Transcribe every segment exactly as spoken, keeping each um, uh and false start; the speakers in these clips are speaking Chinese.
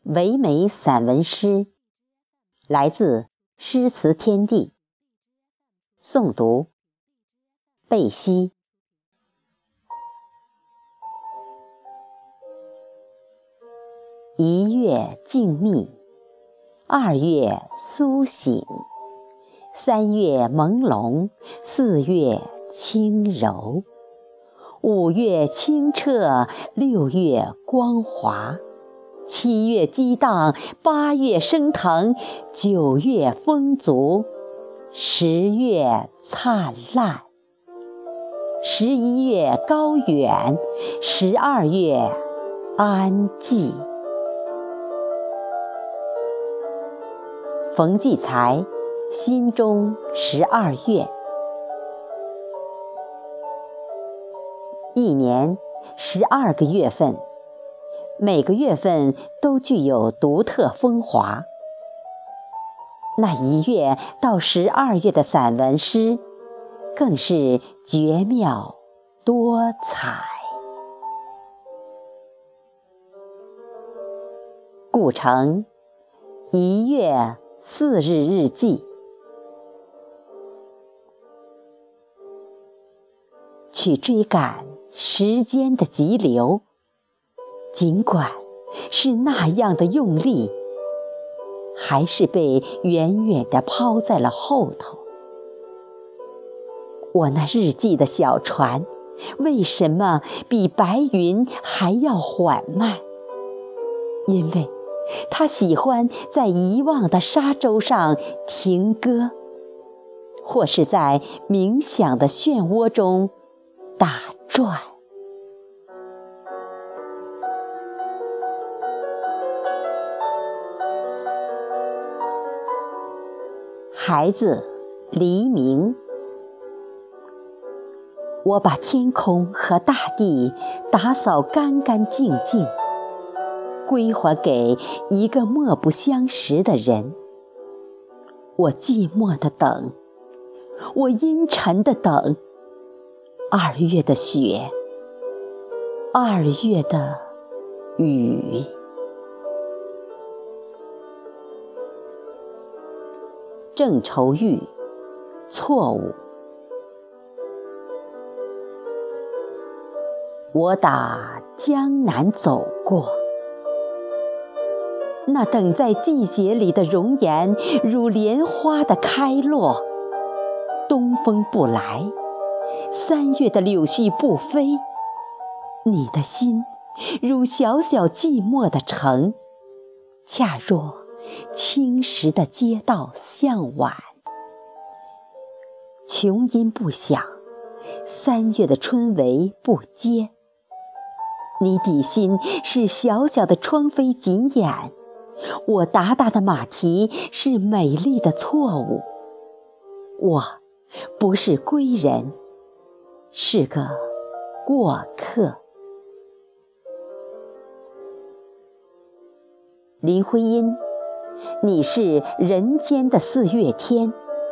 唯美散文诗，来自诗词天地。诵读：贝西。一月静谧，二月苏醒，三月朦胧，四月轻柔，五月清澈，六月光华，七月激荡，八月升腾，九月丰足，十月灿烂，十一月高远，十二月安寂。冯骥才，心中十二月。一年十二个月份，每个月份都具有独特风华。那一月到十二月的散文诗，更是绝妙多彩。故城一月四日日记。去追赶时间的急流，尽管是那样的用力，还是被远远地抛在了后头。我那日记的小船，为什么比白云还要缓慢？因为它喜欢在遗忘的沙洲上停歌，或是在冥想的漩涡中打转。孩子，黎明。我把天空和大地打扫干干净净，归还给一个莫不相识的人。我寂寞地等，我阴沉地等，二月的雪，二月的雨。郑愁予，错误。我打江南走过，那等在季节里的容颜，如莲花的开落。东风不来，三月的柳絮不飞，你的心如小小寂寞的城，恰若青石的街道向晚。琼音不响，三月的春雷不接。你底心是小小的窗扉紧掩，我达达的马蹄是美丽的错误。我不是归人，是个过客。林徽因，你是人间的四月天。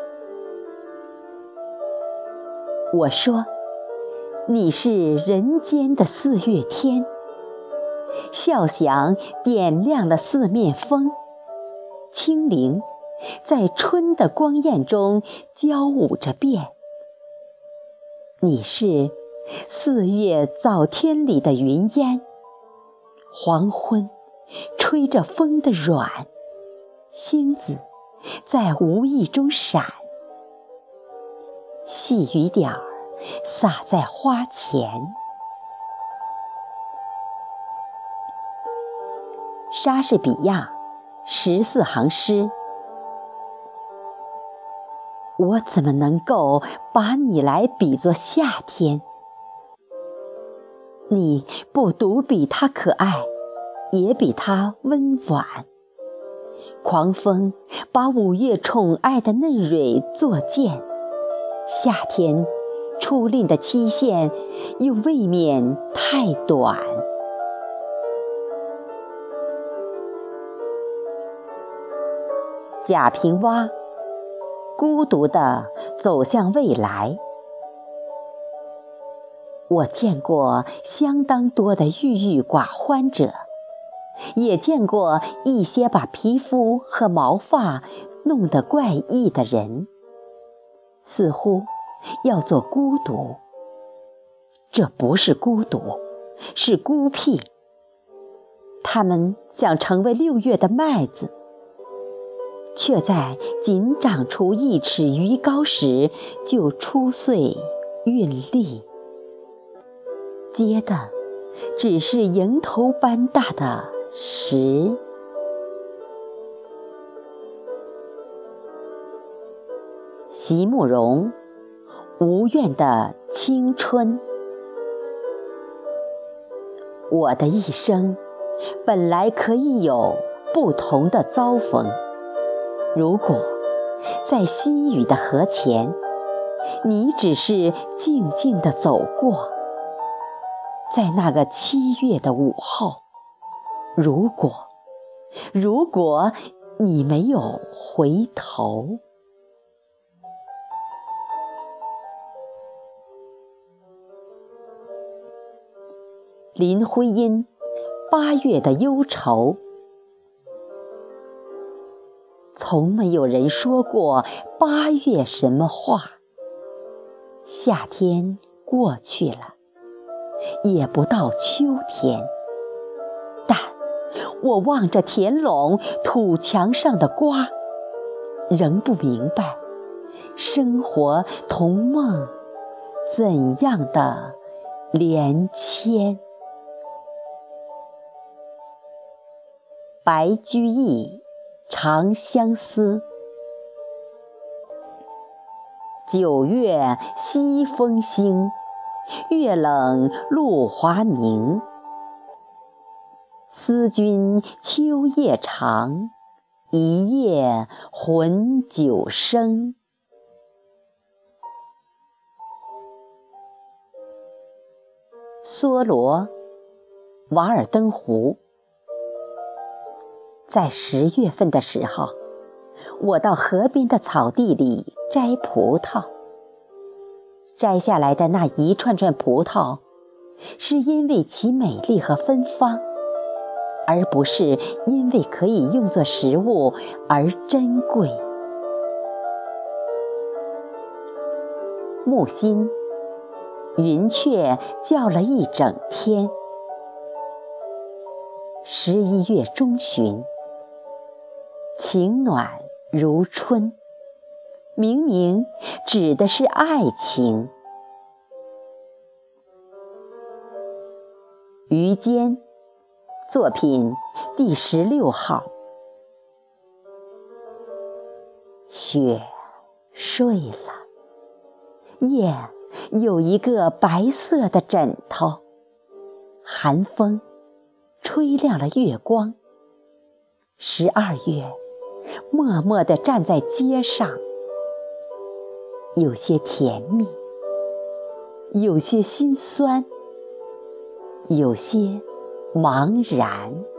我说，你是人间的四月天，笑响点亮了四面风，清灵在春的光艳中交舞着变。你是四月早天里的云烟，黄昏吹着风的软，星子在无意中闪，细雨点儿洒在花前。莎士比亚，十四行诗。我怎么能够把你来比作夏天？你不独比它可爱，也比它温婉。狂风把五月宠爱的嫩蕊作践，夏天初令的期限又未免太短。贾平凹，孤独地走向未来。我见过相当多的郁郁寡欢者， 也见过一些把皮肤和毛发弄得怪异的人，似乎要做孤独。这不是孤独，是孤僻。他们想成为六月的麦子，却在仅长出一尺余高时就出穗运粒，结的只是蝇头般大的实。席慕容，无怨的青春。我的一生本来可以有不同的遭逢，如果在西雨的河前，你只是静静地走过，在那个七月的午后，如果如果你没有回头。林徽因，八月的忧愁。从没有人说过八月什么话。夏天过去了，也不到秋天，但我望着田垄土墙上的瓜，仍不明白生活同梦怎样的连牵。白居易，长相思。九月西风兴，月冷露华明。思君秋夜长，一夜魂九声。梭罗，瓦尔登湖。在十月份的时候，我到河边的草地里摘葡萄。摘下来的那一串串葡萄，是因为其美丽和芬芳，而不是因为可以用作食物而珍贵。木心，云雀叫了一整天。十一月中旬，情暖如春，明明指的是爱情。于坚，作品第十六号。雪睡了，夜有一个白色的枕头，寒风吹亮了月光。十二月默默地站在街上，有些甜蜜，有些心酸，有些茫然。